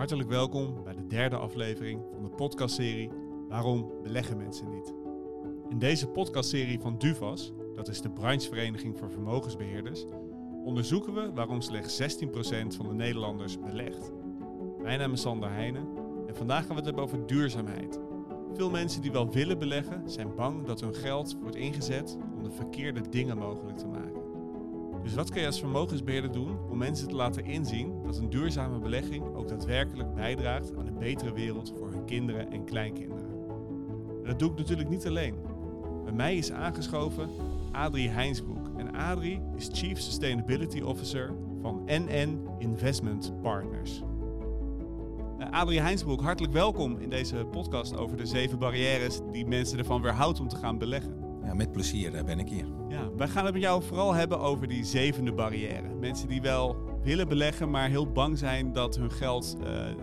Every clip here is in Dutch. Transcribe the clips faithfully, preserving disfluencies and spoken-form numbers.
Hartelijk welkom bij de derde aflevering van de podcastserie Waarom beleggen mensen niet? In deze podcastserie van Duvas, dat is de branchevereniging voor vermogensbeheerders, onderzoeken we waarom slechts zestien procent van de Nederlanders belegt. Mijn naam is Sander Heijnen en vandaag gaan we het hebben over duurzaamheid. Veel mensen die wel willen beleggen zijn bang dat hun geld wordt ingezet om de verkeerde dingen mogelijk te maken. Dus wat kun je als vermogensbeheerder doen om mensen te laten inzien dat een duurzame belegging ook daadwerkelijk bijdraagt aan een betere wereld voor hun kinderen en kleinkinderen? En dat doe ik natuurlijk niet alleen. Bij mij is aangeschoven Adrie Heinsbroek. En Adrie is Chief Sustainability Officer van N N Investment Partners. Uh, Adrie Heinsbroek, hartelijk welkom in deze podcast over de zeven barrières die mensen ervan weerhoudt om te gaan beleggen. Ja, met plezier ben ik hier. Ja, wij gaan het met jou vooral hebben over die zevende barrière. Mensen die wel willen beleggen, maar heel bang zijn dat hun geld uh, uh,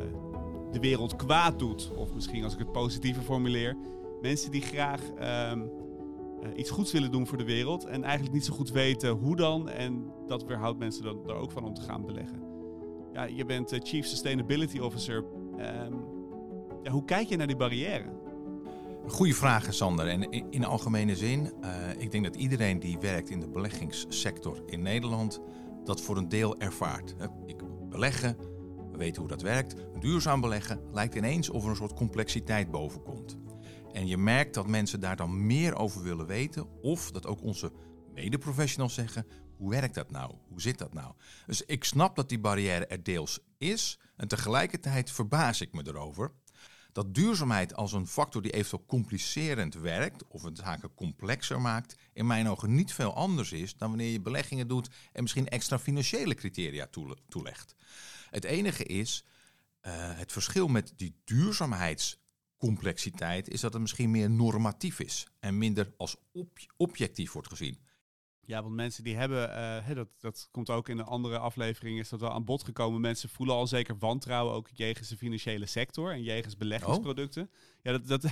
de wereld kwaad doet. Of misschien als ik het positiever formuleer. Mensen die graag uh, uh, iets goeds willen doen voor de wereld en eigenlijk niet zo goed weten hoe dan. En dat weerhoudt mensen er, er ook van om te gaan beleggen. Ja, je bent uh, Chief Sustainability Officer. Um, ja, hoe kijk je naar die barrière? Goeie vragen, Sander. En in algemene zin, uh, ik denk dat iedereen die werkt in de beleggingssector in Nederland dat voor een deel ervaart. Ik beleggen, we weten hoe dat werkt. Duurzaam beleggen lijkt ineens of er een soort complexiteit boven komt. En je merkt dat mensen daar dan meer over willen weten, of dat ook onze mede-professionals zeggen, hoe werkt dat nou? Hoe zit dat nou? Dus ik snap dat die barrière er deels is en tegelijkertijd verbaas ik me erover dat duurzaamheid als een factor die eventueel complicerend werkt of het zaken complexer maakt, in mijn ogen niet veel anders is dan wanneer je beleggingen doet en misschien extra financiële criteria toelegt. Het enige is, uh, het verschil met die duurzaamheidscomplexiteit is dat het misschien meer normatief is en minder als ob- objectief wordt gezien. Ja, want mensen die hebben, uh, he, dat, dat komt ook in de andere aflevering, is dat wel aan bod gekomen. Mensen voelen al zeker wantrouwen ook jegens de financiële sector en jegens beleggingsproducten. Oh. Ja, dat, dat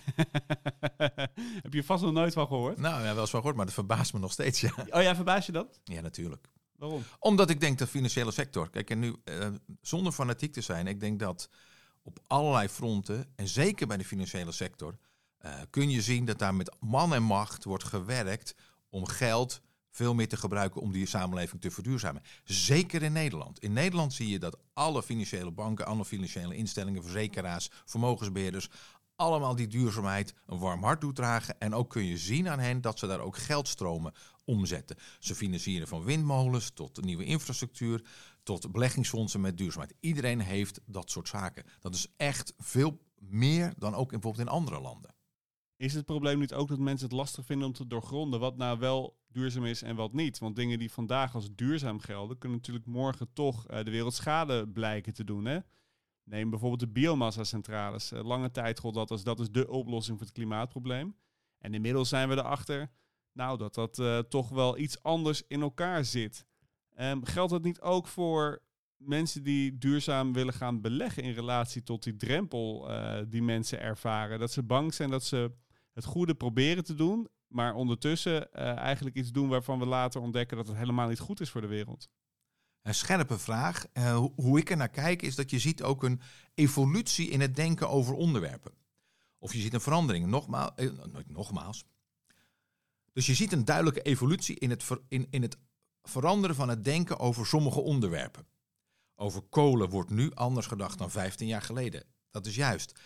heb je vast nog nooit van gehoord. Nou ja, wel eens van gehoord, maar dat verbaast me nog steeds. Ja. Oh ja, verbaas je dat? Ja, natuurlijk. Waarom? Omdat ik denk dat de financiële sector, kijk en nu uh, zonder fanatiek te zijn, ik denk dat op allerlei fronten, en zeker bij de financiële sector, uh, kun je zien dat daar met man en macht wordt gewerkt om geld veel meer te gebruiken om die samenleving te verduurzamen. Zeker in Nederland. In Nederland zie je dat alle financiële banken, alle financiële instellingen, verzekeraars, vermogensbeheerders, allemaal die duurzaamheid een warm hart toedragen. En ook kun je zien aan hen dat ze daar ook geldstromen omzetten. Ze financieren van windmolens tot nieuwe infrastructuur, tot beleggingsfondsen met duurzaamheid. Iedereen heeft dat soort zaken. Dat is echt veel meer dan ook bijvoorbeeld in andere landen. Is het probleem niet ook dat mensen het lastig vinden om te doorgronden wat nou wel duurzaam is en wat niet? Want dingen die vandaag als duurzaam gelden, kunnen natuurlijk morgen toch uh, de wereld schade blijken te doen. Hè? Neem bijvoorbeeld de biomassa-centrales. Uh, lange tijd gold dat als dat is de oplossing voor het klimaatprobleem. En inmiddels zijn we erachter nou, dat dat uh, toch wel iets anders in elkaar zit. Um, geldt dat niet ook voor mensen die duurzaam willen gaan beleggen in relatie tot die drempel uh, die mensen ervaren? Dat ze bang zijn dat ze het goede proberen te doen, maar ondertussen uh, eigenlijk iets doen waarvan we later ontdekken dat het helemaal niet goed is voor de wereld. Een scherpe vraag. Uh, hoe ik er naar kijk is dat je ziet ook een evolutie in het denken over onderwerpen. Of je ziet een verandering. Nogmaals, eh, nogmaals. Dus je ziet een duidelijke evolutie in het, ver, in, in het veranderen van het denken over sommige onderwerpen. Over kolen wordt nu anders gedacht dan vijftien jaar geleden. Dat is juist.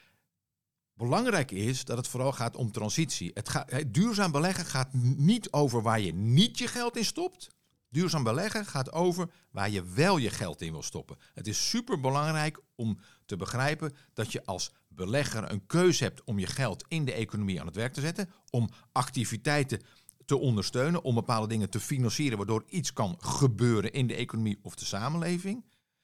Belangrijk is dat het vooral gaat om transitie. Het gaat, het duurzaam beleggen gaat niet over waar je niet je geld in stopt. Duurzaam beleggen gaat over waar je wel je geld in wil stoppen. Het is superbelangrijk om te begrijpen dat je als belegger een keuze hebt om je geld in de economie aan het werk te zetten. Om activiteiten te ondersteunen, om bepaalde dingen te financieren waardoor iets kan gebeuren in de economie of de samenleving.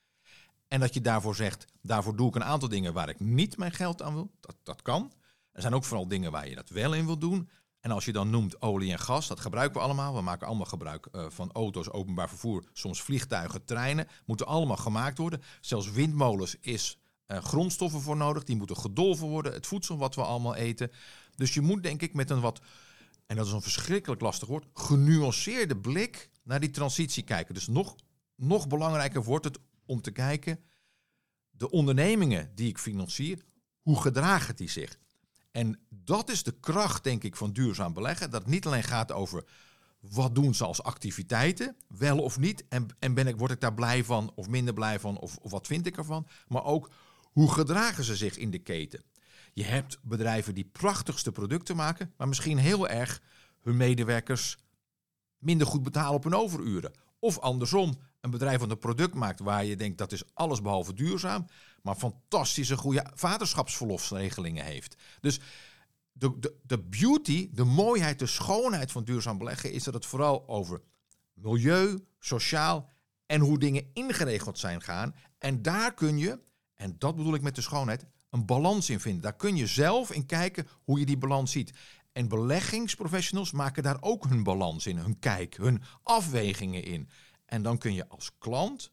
En dat je daarvoor zegt, daarvoor doe ik een aantal dingen waar ik niet mijn geld aan wil. Dat, dat kan. Er zijn ook vooral dingen waar je dat wel in wil doen. En als je dan noemt olie en gas, dat gebruiken we allemaal. We maken allemaal gebruik uh, van auto's, openbaar vervoer, soms vliegtuigen, treinen. Moeten allemaal gemaakt worden. Zelfs windmolens is uh, grondstoffen voor nodig. Die moeten gedolven worden. Het voedsel wat we allemaal eten. Dus je moet denk ik met een wat, en dat is een verschrikkelijk lastig woord, genuanceerde blik naar die transitie kijken. Dus nog, nog belangrijker wordt het om te kijken, de ondernemingen die ik financier, hoe gedragen die zich? En dat is de kracht, denk ik, van duurzaam beleggen. Dat het niet alleen gaat over wat doen ze als activiteiten, wel of niet. En, en ben ik, word ik daar blij van of minder blij van of, of wat vind ik ervan. Maar ook hoe gedragen ze zich in de keten. Je hebt bedrijven die prachtigste producten maken, maar misschien heel erg hun medewerkers minder goed betalen op hun overuren. Of andersom, een bedrijf dat een product maakt waar je denkt dat is alles behalve duurzaam, maar fantastische goede vaderschapsverlofsregelingen heeft. Dus de, de, de beauty, de mooiheid, de schoonheid van duurzaam beleggen is dat het vooral over milieu, sociaal en hoe dingen ingeregeld zijn gaan. En daar kun je, en dat bedoel ik met de schoonheid, een balans in vinden. Daar kun je zelf in kijken hoe je die balans ziet. En beleggingsprofessionals maken daar ook hun balans in, hun kijk, hun afwegingen in. En dan kun je als klant,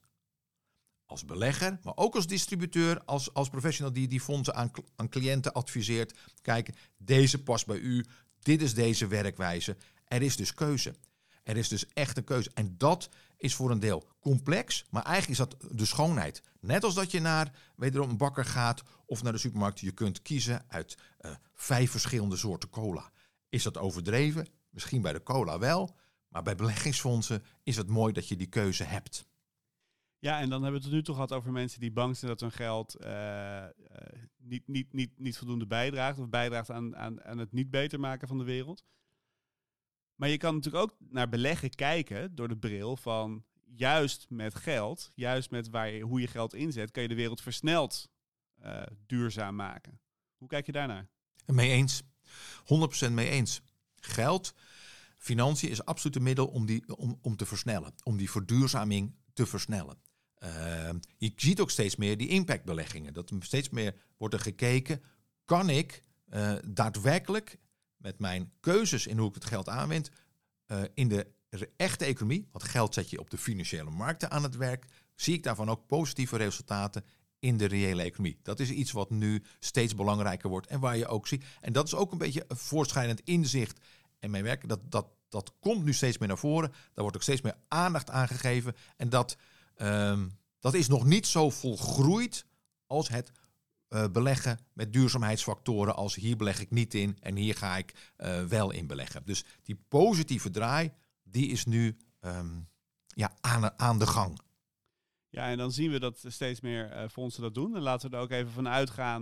als belegger, maar ook als distributeur, als, als professional die die fondsen aan, aan cliënten adviseert, kijken, deze past bij u, dit is deze werkwijze. Er is dus keuze. Er is dus echt een keuze. En dat is voor een deel complex, maar eigenlijk is dat de schoonheid. Net als dat je naar wederom een bakker gaat of naar de supermarkt. Je kunt kiezen uit uh, vijf verschillende soorten cola. Is dat overdreven? Misschien bij de cola wel. Maar bij beleggingsfondsen is het mooi dat je die keuze hebt. Ja, en dan hebben we het nu toch gehad over mensen die bang zijn dat hun geld uh, uh, niet, niet, niet, niet voldoende bijdraagt. Of bijdraagt aan, aan, aan het niet beter maken van de wereld. Maar je kan natuurlijk ook naar beleggen kijken door de bril van juist met geld, juist met waar je, hoe je geld inzet, kan je de wereld versneld uh, duurzaam maken. Hoe kijk je daarnaar? Mee eens. honderd procent mee eens. Geld, financiën is absoluut een middel om, die, om, om te versnellen. Om die verduurzaming te versnellen. Uh, je ziet ook steeds meer die impactbeleggingen. Dat steeds meer wordt er gekeken, kan ik uh, daadwerkelijk met mijn keuzes in hoe ik het geld aanwend, uh, in de echte economie, want geld zet je op de financiële markten aan het werk, zie ik daarvan ook positieve resultaten in de reële economie. Dat is iets wat nu steeds belangrijker wordt en waar je ook ziet. En dat is ook een beetje een voortschrijdend inzicht en mijn werk. Dat, dat, dat komt nu steeds meer naar voren. Daar wordt ook steeds meer aandacht aan gegeven. En dat, um, dat is nog niet zo volgroeid als het uh, beleggen met duurzaamheidsfactoren als hier beleg ik niet in en hier ga ik uh, wel in beleggen. Dus die positieve draai, die is nu um, ja, aan, aan de gang. Ja, en dan zien we dat steeds meer uh, fondsen dat doen. En laten we er ook even van uitgaan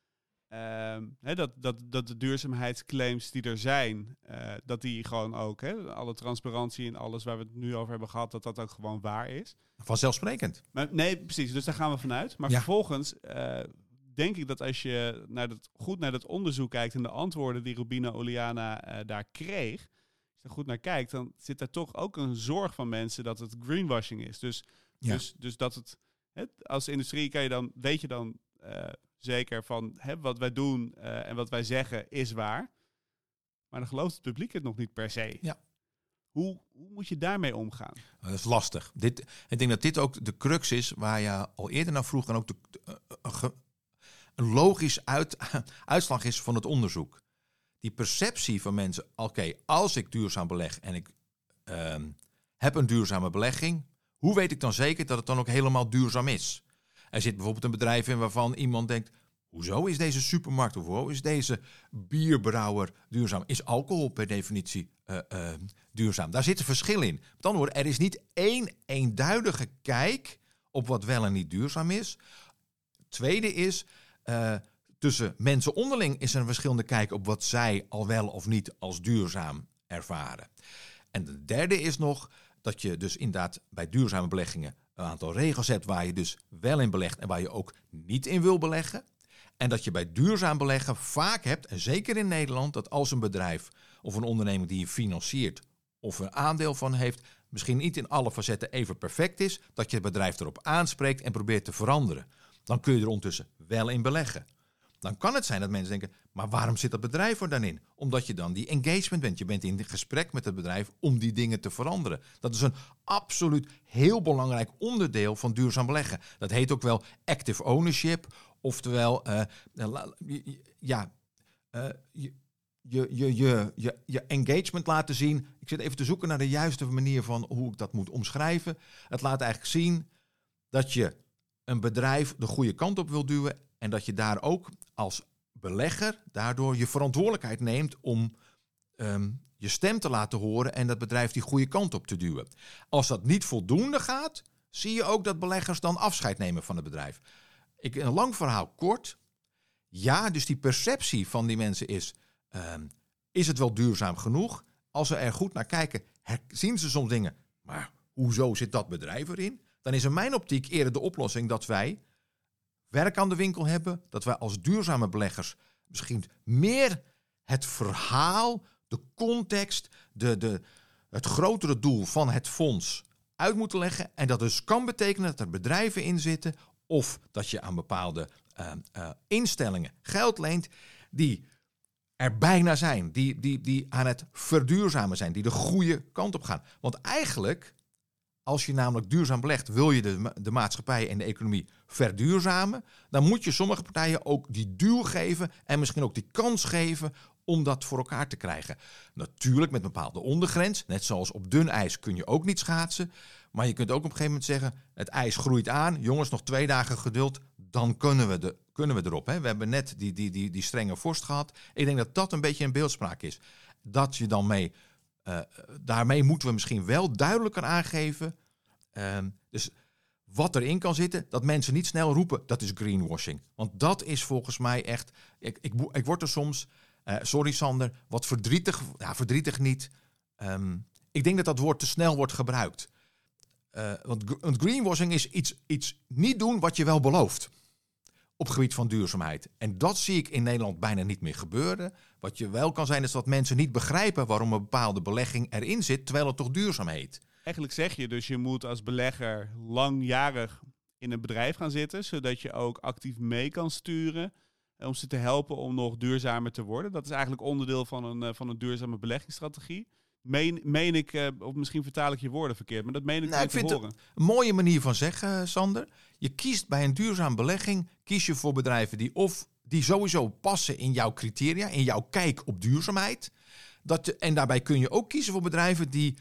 uh, hè, dat, dat, dat de duurzaamheidsclaims die er zijn, uh, dat die gewoon ook, hè, alle transparantie en alles waar we het nu over hebben gehad, dat dat ook gewoon waar is. Vanzelfsprekend. Maar, nee, precies. Dus daar gaan we vanuit. Maar ja. vervolgens uh, denk ik dat als je naar dat, goed naar dat onderzoek kijkt en de antwoorden die Rubina Oliana uh, daar kreeg, als je er goed naar kijkt, dan zit daar toch ook een zorg van mensen dat het greenwashing is. Dus Ja. Dus, dus dat het, het, als industrie kan je dan, weet je dan uh, zeker van hè, wat wij doen uh, en wat wij zeggen is waar. Maar dan gelooft het publiek het nog niet per se. Ja. Hoe, hoe moet je daarmee omgaan? Dat is lastig. Dit, ik denk dat dit ook de crux is waar je al eerder naar vroeg en ook de, de, uh, een logisch uit, uitslag is van het onderzoek. Die perceptie van mensen, oké, okay, als ik duurzaam beleg en ik uh, heb een duurzame belegging, hoe weet ik dan zeker dat het dan ook helemaal duurzaam is? Er zit bijvoorbeeld een bedrijf in waarvan iemand denkt, hoezo is deze supermarkt of hoezo is deze bierbrouwer duurzaam? Is alcohol per definitie uh, uh, duurzaam? Daar zit een verschil in. Met andere woorden, er is niet één eenduidige kijk op wat wel en niet duurzaam is. Tweede is, uh, tussen mensen onderling is er een verschillende kijk op wat zij al wel of niet als duurzaam ervaren. En de derde is nog dat je dus inderdaad bij duurzame beleggingen een aantal regels hebt waar je dus wel in belegt en waar je ook niet in wil beleggen. En dat je bij duurzaam beleggen vaak hebt, en zeker in Nederland, dat als een bedrijf of een onderneming die je financiert of een aandeel van heeft, misschien niet in alle facetten even perfect is, dat je het bedrijf erop aanspreekt en probeert te veranderen. Dan kun je er ondertussen wel in beleggen. Dan kan het zijn dat mensen denken, maar waarom zit dat bedrijf er dan in? Omdat je dan die engagement bent. Je bent in gesprek met het bedrijf om die dingen te veranderen. Dat is een absoluut heel belangrijk onderdeel van duurzaam beleggen. Dat heet ook wel active ownership. Oftewel, uh, ja, uh, je, je, je, je, je, je engagement laten zien. Ik zit even te zoeken naar de juiste manier van hoe ik dat moet omschrijven. Het laat eigenlijk zien dat je een bedrijf de goede kant op wil duwen en dat je daar ook als belegger daardoor je verantwoordelijkheid neemt om um, je stem te laten horen en dat bedrijf die goede kant op te duwen. Als dat niet voldoende gaat, zie je ook dat beleggers dan afscheid nemen van het bedrijf. Ik, een lang verhaal kort. Ja, dus die perceptie van die mensen is, um, is het wel duurzaam genoeg? Als ze er goed naar kijken, zien ze soms dingen, maar hoezo zit dat bedrijf erin? Dan is in mijn optiek eerder de oplossing dat wij werk aan de winkel hebben, dat wij als duurzame beleggers misschien meer het verhaal, de context, de, de, het grotere doel van het fonds uit moeten leggen. En dat dus kan betekenen dat er bedrijven in zitten of dat je aan bepaalde uh, uh, instellingen geld leent die er bijna zijn, die, die, die aan het verduurzamen zijn, die de goede kant op gaan. Want eigenlijk, als je namelijk duurzaam belegt, wil je de, de maatschappij en de economie verduurzamen, dan moet je sommige partijen ook die duw geven en misschien ook die kans geven om dat voor elkaar te krijgen. Natuurlijk met een bepaalde ondergrens. Net zoals op dun ijs kun je ook niet schaatsen. Maar je kunt ook op een gegeven moment zeggen, het ijs groeit aan. Jongens, nog twee dagen geduld, dan kunnen we, de, kunnen we erop. Hè. We hebben net die, die, die, die strenge vorst gehad. Ik denk dat dat een beetje een beeldspraak is. Dat je dan mee, uh, daarmee moeten we misschien wel duidelijker aangeven. Uh, dus wat erin kan zitten, dat mensen niet snel roepen, dat is greenwashing. Want dat is volgens mij echt, ik, ik, ik word er soms... Uh, sorry Sander, wat verdrietig, ja, verdrietig niet. Um, ik denk dat dat woord te snel wordt gebruikt. Uh, want, want greenwashing is iets, iets niet doen wat je wel belooft. Op gebied van duurzaamheid. En dat zie ik in Nederland bijna niet meer gebeuren. Wat je wel kan zijn is dat mensen niet begrijpen waarom een bepaalde belegging erin zit, terwijl het toch duurzaam heet. Eigenlijk zeg je dus, je moet als belegger langjarig in een bedrijf gaan zitten, zodat je ook actief mee kan sturen om ze te helpen om nog duurzamer te worden. Dat is eigenlijk onderdeel van een, van een duurzame beleggingsstrategie. Meen, meen ik, uh, of misschien vertaal ik je woorden verkeerd, maar dat meen ik nou, niet ik vind te horen. Het een mooie manier van zeggen, Sander. Je kiest bij een duurzame belegging, kies je voor bedrijven die of die sowieso passen in jouw criteria, in jouw kijk op duurzaamheid. Dat, en daarbij kun je ook kiezen voor bedrijven die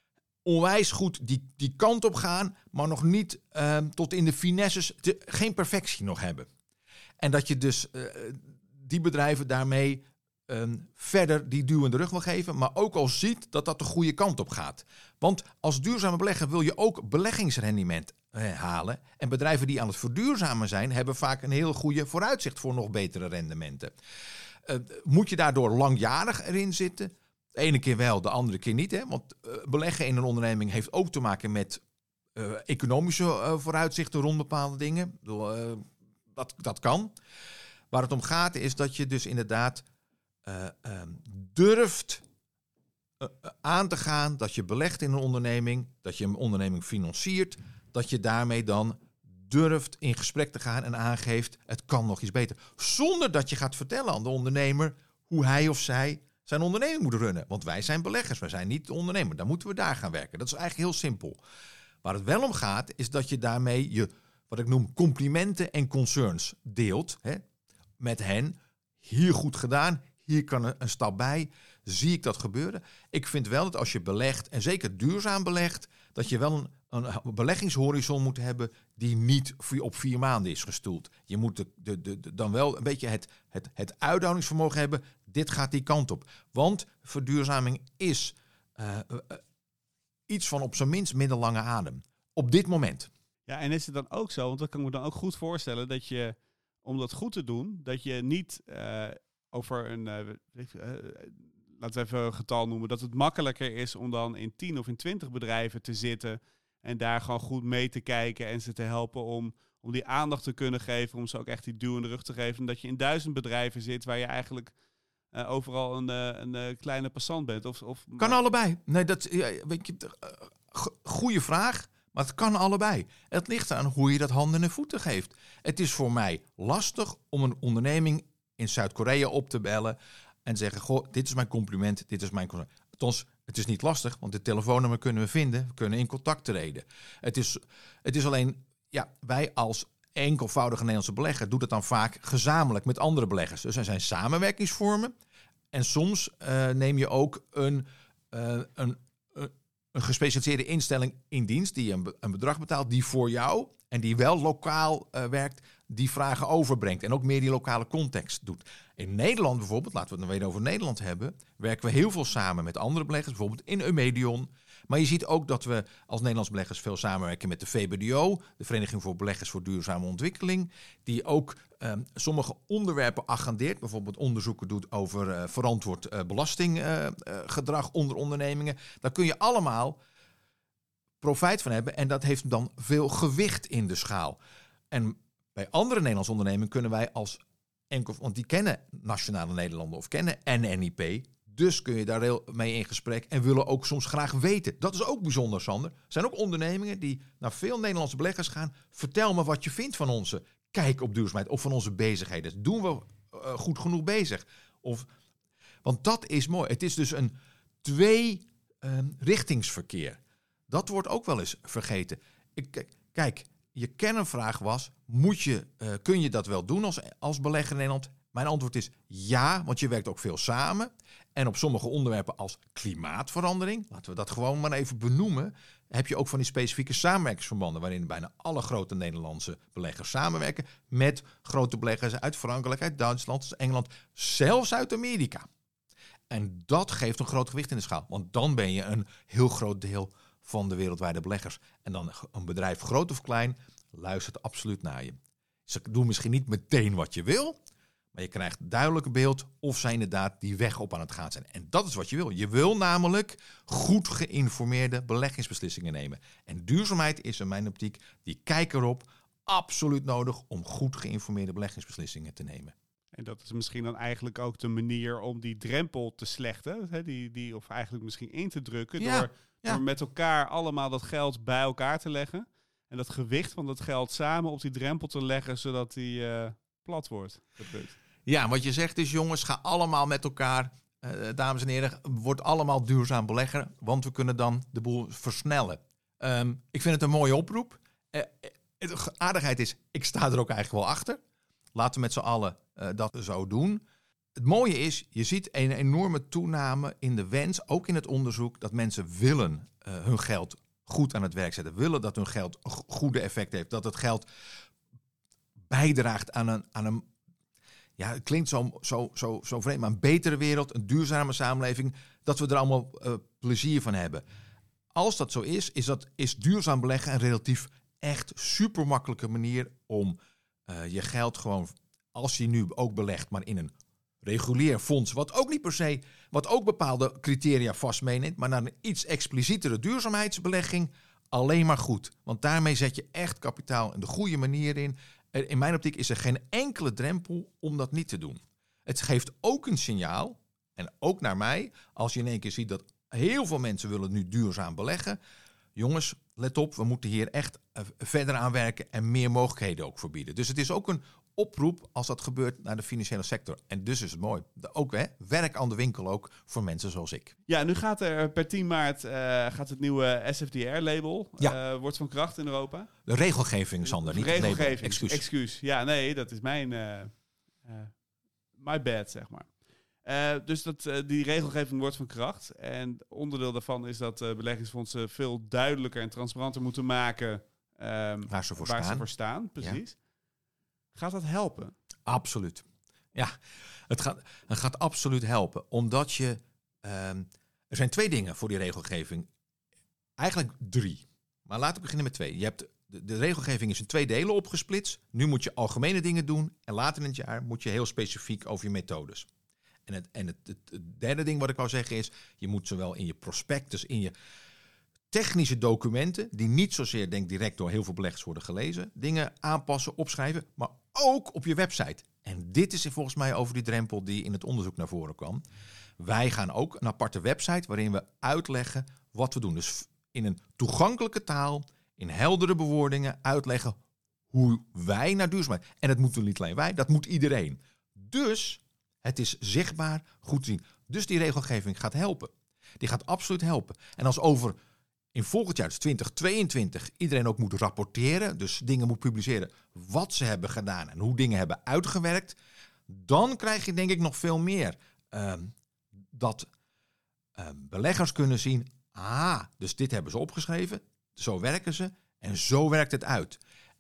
onwijs goed die, die kant op gaan, maar nog niet uh, tot in de finesses, de, geen perfectie nog hebben. En dat je dus uh, die bedrijven daarmee um, verder die duw in de rug wil geven, maar ook al ziet dat dat de goede kant op gaat. Want als duurzame belegger wil je ook beleggingsrendement uh, halen. En bedrijven die aan het verduurzamen zijn, hebben vaak een heel goede vooruitzicht voor nog betere rendementen. Uh, moet je daardoor langjarig erin zitten? De ene keer wel, de andere keer niet. Hè? Want uh, beleggen in een onderneming heeft ook te maken met uh, economische uh, vooruitzichten rond bepaalde dingen. Uh, dat, dat kan. Waar het om gaat is dat je dus inderdaad uh, uh, durft uh, aan te gaan, dat je belegt in een onderneming, dat je een onderneming financiert, dat je daarmee dan durft in gesprek te gaan en aangeeft, het kan nog iets beter. Zonder dat je gaat vertellen aan de ondernemer hoe hij of zij zijn onderneming moet runnen. Want wij zijn beleggers, wij zijn niet de ondernemer. Dan moeten we daar gaan werken. Dat is eigenlijk heel simpel. Waar het wel om gaat, is dat je daarmee je, wat ik noem, complimenten en concerns deelt. Hè, met hen. Hier goed gedaan, hier kan een, een stap bij. Zie ik dat gebeuren? Ik vind wel dat als je belegt, en zeker duurzaam belegt, dat je wel een, een beleggingshorizon moet hebben die niet op vier maanden is gestoeld. Je moet de, de, de, de, dan wel een beetje het, het, het uithoudingsvermogen hebben. Dit gaat die kant op. Want verduurzaming is uh, uh, iets van op zijn minst middellange adem. Op dit moment. Ja, en is het dan ook zo, want dat kan ik me dan ook goed voorstellen, dat je, om dat goed te doen, dat je niet uh, over een, uh, uh, laten we even een getal noemen, dat het makkelijker is om dan in tien of in twintig bedrijven te zitten en daar gewoon goed mee te kijken en ze te helpen om, om die aandacht te kunnen geven, om ze ook echt die duw in de rug te geven. En dat je in duizend bedrijven zit waar je eigenlijk uh, overal een, uh, een uh, kleine passant bent. Of, of, kan maar... allebei. Nee, dat ja, weet je, uh, goeie vraag. Maar het kan allebei. Het ligt aan hoe je dat handen en voeten geeft. Het is voor mij lastig om een onderneming in Zuid-Korea op te bellen en te zeggen, goh, dit is mijn compliment, dit is mijn compliment. Althans, het is niet lastig, want de telefoonnummer kunnen we vinden. We kunnen in contact treden. Het is, het is alleen, ja, wij als enkelvoudige Nederlandse belegger doen het dan vaak gezamenlijk met andere beleggers. Dus er zijn samenwerkingsvormen. En soms uh, neem je ook een, uh, een, een, een gespecialiseerde instelling in dienst die een, een bedrag betaalt die voor jou en die wel lokaal uh, werkt, die vragen overbrengt en ook meer die lokale context doet. In Nederland bijvoorbeeld, laten we het dan weer over Nederland hebben, werken we heel veel samen met andere beleggers, bijvoorbeeld in Eumedion. Maar je ziet ook dat we als Nederlands beleggers veel samenwerken met de V B D O, de Vereniging voor Beleggers voor Duurzame Ontwikkeling, die ook um, sommige onderwerpen agendeert, bijvoorbeeld onderzoeken doet over uh, verantwoord uh, belastinggedrag uh, uh, onder ondernemingen. Daar kun je allemaal profijt van hebben en dat heeft dan veel gewicht in de schaal. En bij andere Nederlandse ondernemingen kunnen wij als enkel, want die kennen Nationale Nederlanden of kennen N N I P, dus kun je daar heel mee in gesprek en willen ook soms graag weten. Dat is ook bijzonder, Sander. Er zijn ook ondernemingen die naar veel Nederlandse beleggers gaan. Vertel me wat je vindt van onze kijk op duurzaamheid of van onze bezigheden. Doen we uh, goed genoeg bezig? Of, want dat is mooi. Het is dus een twee-richtingsverkeer. Dat wordt ook wel eens vergeten. Ik, kijk, je kernvraag was, moet je, uh, kun je dat wel doen als, als belegger in Nederland? Mijn antwoord is ja, want je werkt ook veel samen. En op sommige onderwerpen als klimaatverandering, laten we dat gewoon maar even benoemen, heb je ook van die specifieke samenwerkingsverbanden waarin bijna alle grote Nederlandse beleggers samenwerken met grote beleggers uit Frankrijk, uit Duitsland, Engeland, zelfs uit Amerika. En dat geeft een groot gewicht in de schaal, want dan ben je een heel groot deel van de wereldwijde beleggers. En dan een bedrijf, groot of klein, luistert absoluut naar je. Ze doen misschien niet meteen wat je wil, maar je krijgt duidelijk beeld of zij inderdaad die weg op aan het gaan zijn. En dat is wat je wil. Je wil namelijk goed geïnformeerde beleggingsbeslissingen nemen. En duurzaamheid is in mijn optiek, die kijk erop, absoluut nodig om goed geïnformeerde beleggingsbeslissingen te nemen. En dat is misschien dan eigenlijk ook de manier om die drempel te slechten, hè, die, die, of eigenlijk misschien in te drukken, ja, door, ja. door met elkaar allemaal dat geld bij elkaar te leggen. En dat gewicht van dat geld samen op die drempel te leggen, zodat die uh, plat wordt. Ja, wat je zegt is, jongens, ga allemaal met elkaar, uh, dames en heren, word allemaal duurzaam beleggen, want we kunnen dan de boel versnellen. Um, ik vind het een mooie oproep. Uh, de aardigheid is, ik sta er ook eigenlijk wel achter. Laten we met z'n allen uh, dat zo doen. Het mooie is, je ziet een enorme toename in de wens, ook in het onderzoek, dat mensen willen uh, hun geld goed aan het werk zetten. Willen dat hun geld een goede effect heeft. Dat het geld bijdraagt aan een, aan een ja, het klinkt zo, zo, zo, zo vreemd, maar een betere wereld, een duurzame samenleving, dat we er allemaal uh, plezier van hebben. Als dat zo is, is, dat, is duurzaam beleggen een relatief echt super makkelijke manier om uh, je geld gewoon, als je nu ook belegt, maar in een regulier fonds, wat ook niet per se, wat ook bepaalde criteria vast meeneemt, maar naar een iets explicietere duurzaamheidsbelegging, alleen maar goed. Want daarmee zet je echt kapitaal in de goede manier in. In mijn optiek is er geen enkele drempel om dat niet te doen. Het geeft ook een signaal, en ook naar mij, als je in één keer ziet dat heel veel mensen willen nu duurzaam beleggen. Jongens, let op, we moeten hier echt verder aan werken en meer mogelijkheden ook voor bieden. Dus het is ook een oproep als dat gebeurt naar de financiële sector. En dus is het mooi. Ook hè, werk aan de winkel ook voor mensen zoals ik. Ja, nu gaat er per tien maart uh, gaat het nieuwe S F D R-label. Ja. Uh, wordt van kracht in Europa. De regelgeving, Sander, niet regelgeving, het label. Excuus. Excuus. Ja, nee, dat is mijn uh, uh, my bad, zeg maar. Uh, dus dat, uh, die regelgeving wordt van kracht. En onderdeel daarvan is dat uh, beleggingsfondsen veel duidelijker en transparanter moeten maken um, waar, ze voor, waar staan. ze voor staan. Precies. Ja. Gaat dat helpen? Absoluut. Ja, het gaat, het gaat absoluut helpen. Omdat je... Um, er zijn twee dingen voor die regelgeving. Eigenlijk drie. Maar laten we beginnen met twee. Je hebt, de, de regelgeving is in twee delen opgesplitst. Nu moet je algemene dingen doen. En later in het jaar moet je heel specifiek over je methodes. En het, en het, het, het derde ding wat ik wou zeggen is... je moet zowel in je prospectus, in je technische documenten... die niet zozeer denk direct door heel veel beleggers worden gelezen... dingen aanpassen, opschrijven, maar ook op je website. En dit is volgens mij over die drempel die in het onderzoek naar voren kwam. Wij gaan ook een aparte website waarin we uitleggen wat we doen. Dus in een toegankelijke taal, in heldere bewoordingen uitleggen hoe wij naar duurzaamheid... En dat moeten niet alleen wij, dat moet iedereen. Dus het is zichtbaar, goed te zien. Dus die regelgeving gaat helpen. Die gaat absoluut helpen. En als over in volgend jaar, dus twintig tweeëntwintig, iedereen ook moet rapporteren, dus dingen moet publiceren wat ze hebben gedaan en hoe dingen hebben uitgewerkt, dan krijg je denk ik nog veel meer uh, dat uh, beleggers kunnen zien, ah, dus dit hebben ze opgeschreven, zo werken ze en zo werkt het uit.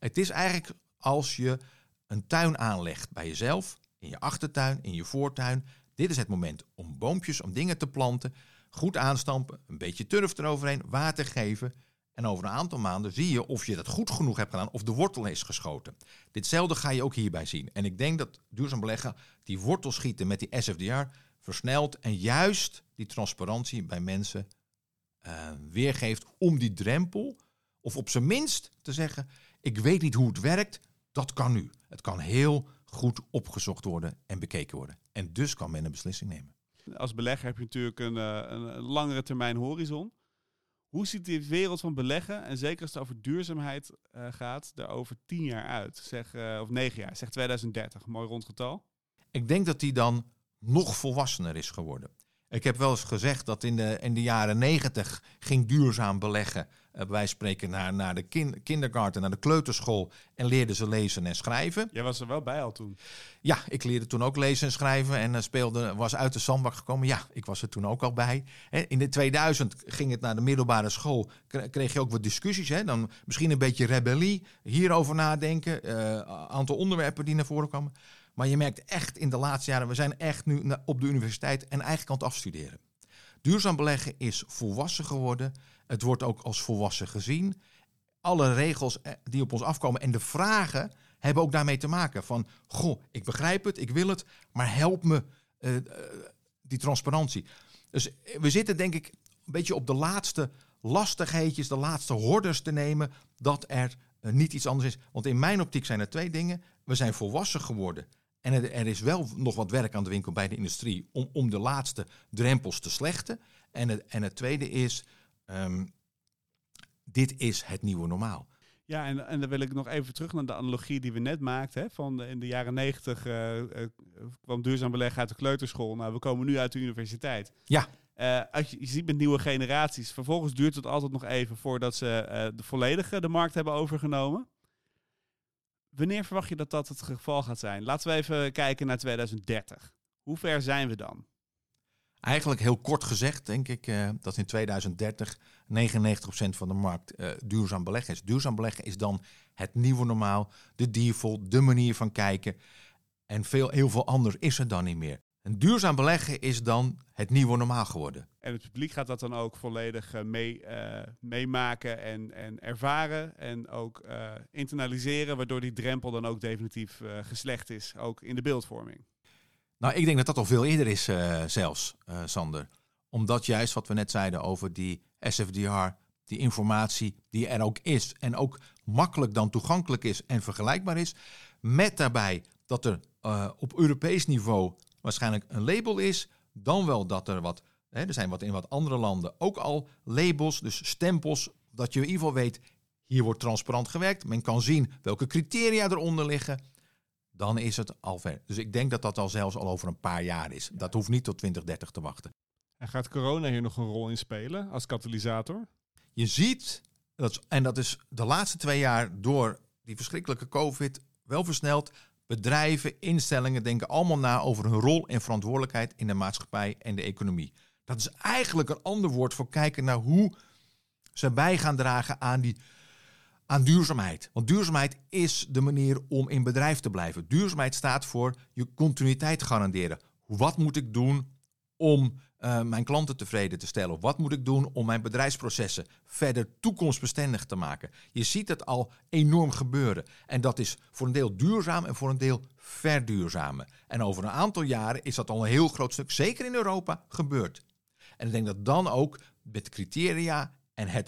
Het is eigenlijk als je een tuin aanlegt bij jezelf, in je achtertuin, in je voortuin. Dit is het moment om boompjes, om dingen te planten, goed aanstampen, een beetje turf eroverheen, water geven. En over een aantal maanden zie je of je dat goed genoeg hebt gedaan of de wortel is geschoten. Ditzelfde ga je ook hierbij zien. En ik denk dat duurzaam beleggen die wortel schieten met die S F D R versnelt en juist die transparantie bij mensen uh, weergeeft om die drempel, of op zijn minst te zeggen, ik weet niet hoe het werkt, dat kan nu. Het kan heel goed opgezocht worden en bekeken worden. En dus kan men een beslissing nemen. Als belegger heb je natuurlijk een, een langere termijn horizon. Hoe ziet die wereld van beleggen, en zeker als het over duurzaamheid uh, gaat, er over tien jaar uit? Zeg, uh, of negen jaar, zeg tweeduizend dertig, mooi rond getal. Ik denk dat die dan nog volwassener is geworden. Ik heb wel eens gezegd dat in de, in de jaren negentig ging duurzaam beleggen. Uh, wij spreken naar, naar de kin, kindergarten, naar de kleuterschool en leerden ze lezen en schrijven. Jij was er wel bij al toen. Ja, ik leerde toen ook lezen en schrijven en uh, speelde, was uit de zandbak gekomen. Ja, ik was er toen ook al bij. He, in de tweeduizend ging het naar de middelbare school. Kreeg je ook wat discussies. He, dan misschien een beetje rebellie. Hierover nadenken. Een uh, aantal onderwerpen die naar voren kwamen. Maar je merkt echt in de laatste jaren, we zijn echt nu op de universiteit en eigenlijk aan het afstuderen. Duurzaam beleggen is volwassen geworden. Het wordt ook als volwassen gezien. Alle regels die op ons afkomen en de vragen hebben ook daarmee te maken. Van, goh, ik begrijp het, ik wil het, maar help me uh, uh, die transparantie. Dus we zitten denk ik een beetje op de laatste lastigheidjes, de laatste hordes te nemen, dat er uh, niet iets anders is. Want in mijn optiek zijn er twee dingen. We zijn volwassen geworden. En er, er is wel nog wat werk aan de winkel bij de industrie om, om de laatste drempels te slechten. En het, en het tweede is, um, dit is het nieuwe normaal. Ja, en, en dan wil ik nog even terug naar de analogie die we net maakten. Hè, van in de jaren negentig uh, uh, kwam duurzaam beleggen uit de kleuterschool. Nou, we komen nu uit de universiteit. Ja. Uh, als je, je ziet met nieuwe generaties, vervolgens duurt het altijd nog even voordat ze uh, de volledige de markt hebben overgenomen. Wanneer verwacht je dat dat het geval gaat zijn? Laten we even kijken naar tweeduizend dertig. Hoe ver zijn we dan? Eigenlijk heel kort gezegd denk ik uh, dat in tweeduizend dertig negenennegentig procent van de markt uh, duurzaam beleggen is. Duurzaam beleggen is dan het nieuwe normaal, de default, de manier van kijken. En veel, heel veel anders is er dan niet meer. En duurzaam beleggen is dan het nieuwe normaal geworden. En het publiek gaat dat dan ook volledig uh, mee, uh, meemaken en, en ervaren en ook uh, internaliseren, waardoor die drempel dan ook definitief uh, geslecht is, ook in de beeldvorming. Nou, ik denk dat dat al veel eerder is uh, zelfs, uh, Sander. Omdat juist wat we net zeiden over die S F D R, die informatie die er ook is en ook makkelijk dan toegankelijk is en vergelijkbaar is, met daarbij dat er uh, op Europees niveau waarschijnlijk een label is, dan wel dat er wat, hè, er zijn wat in wat andere landen ook al labels, dus stempels, dat je in ieder geval weet, hier wordt transparant gewerkt, men kan zien welke criteria eronder liggen, dan is het al ver. Dus ik denk dat dat al zelfs al over een paar jaar is. Dat hoeft niet tot twintig dertig te wachten. En gaat corona hier nog een rol in spelen als katalysator? Je ziet, dat, en dat is de laatste twee jaar door die verschrikkelijke COVID wel versneld, bedrijven, instellingen denken allemaal na over hun rol en verantwoordelijkheid in de maatschappij en de economie. Dat is eigenlijk een ander woord voor kijken naar hoe ze bij gaan dragen aan, die, aan duurzaamheid. Want duurzaamheid is de manier om in bedrijf te blijven. Duurzaamheid staat voor je continuïteit garanderen. Wat moet ik doen om uh, mijn klanten tevreden te stellen? Wat moet ik doen om mijn bedrijfsprocessen verder toekomstbestendig te maken? Je ziet het al enorm gebeuren. En dat is voor een deel duurzaam en voor een deel verduurzamen. En over een aantal jaren is dat al een heel groot stuk, zeker in Europa, gebeurd. En ik denk dat dan ook met criteria en het,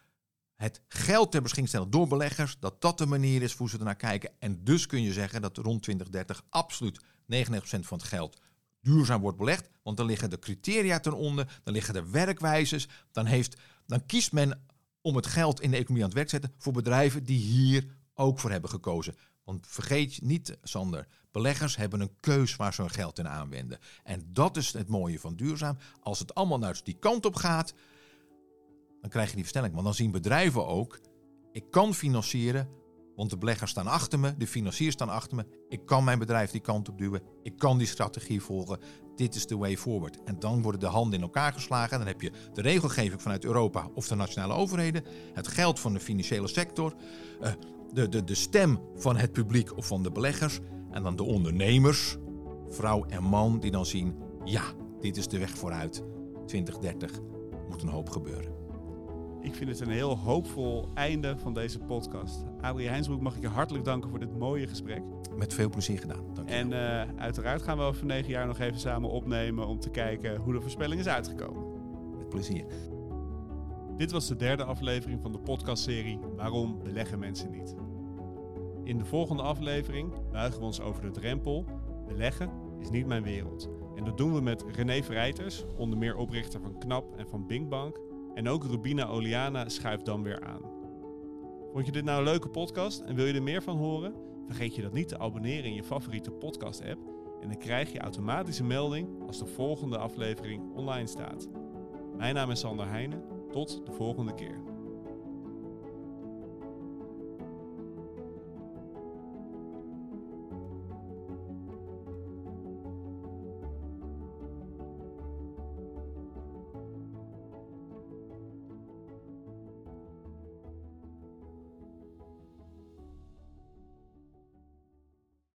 het geld ter beschikking stellen door beleggers, dat dat de manier is hoe ze ernaar kijken. En dus kun je zeggen dat rond twintig dertig absoluut negenennegentig procent van het geld duurzaam wordt belegd, want dan liggen de criteria ten onder, dan liggen de werkwijzes, dan, heeft, dan kiest men om het geld in de economie aan het werk te zetten voor bedrijven die hier ook voor hebben gekozen. Want vergeet niet, Sander, beleggers hebben een keus waar ze hun geld in aanwenden. En dat is het mooie van duurzaam. Als het allemaal naar die kant op gaat, dan krijg je die versnelling. Want dan zien bedrijven ook, ik kan financieren, want de beleggers staan achter me, de financiers staan achter me. Ik kan mijn bedrijf die kant op duwen. Ik kan die strategie volgen. Dit is de way forward. En dan worden de handen in elkaar geslagen. Dan heb je de regelgeving vanuit Europa of de nationale overheden. Het geld van de financiële sector. Uh, de, de, de stem van het publiek of van de beleggers. En dan de ondernemers, vrouw en man, die dan zien, ja, dit is de weg vooruit. twintig dertig moet een hoop gebeuren. Ik vind het een heel hoopvol einde van deze podcast. Adrie Heinsbroek, mag ik je hartelijk danken voor dit mooie gesprek. Met veel plezier gedaan. Dank je En wel. uh, uiteraard gaan we over negen jaar nog even samen opnemen om te kijken hoe de voorspelling is uitgekomen. Met plezier. Dit was de derde aflevering van de podcastserie Waarom beleggen mensen niet? In de volgende aflevering buigen we ons over de drempel. Beleggen is niet mijn wereld. En dat doen we met René Vrijters, onder meer oprichter van Knap en van Binkbank. En ook Rubina Oliana schuift dan weer aan. Vond je dit nou een leuke podcast en wil je er meer van horen? Vergeet je dat niet te abonneren in je favoriete podcast-app. En dan krijg je automatisch een melding als de volgende aflevering online staat. Mijn naam is Sander Heijnen. Tot de volgende keer.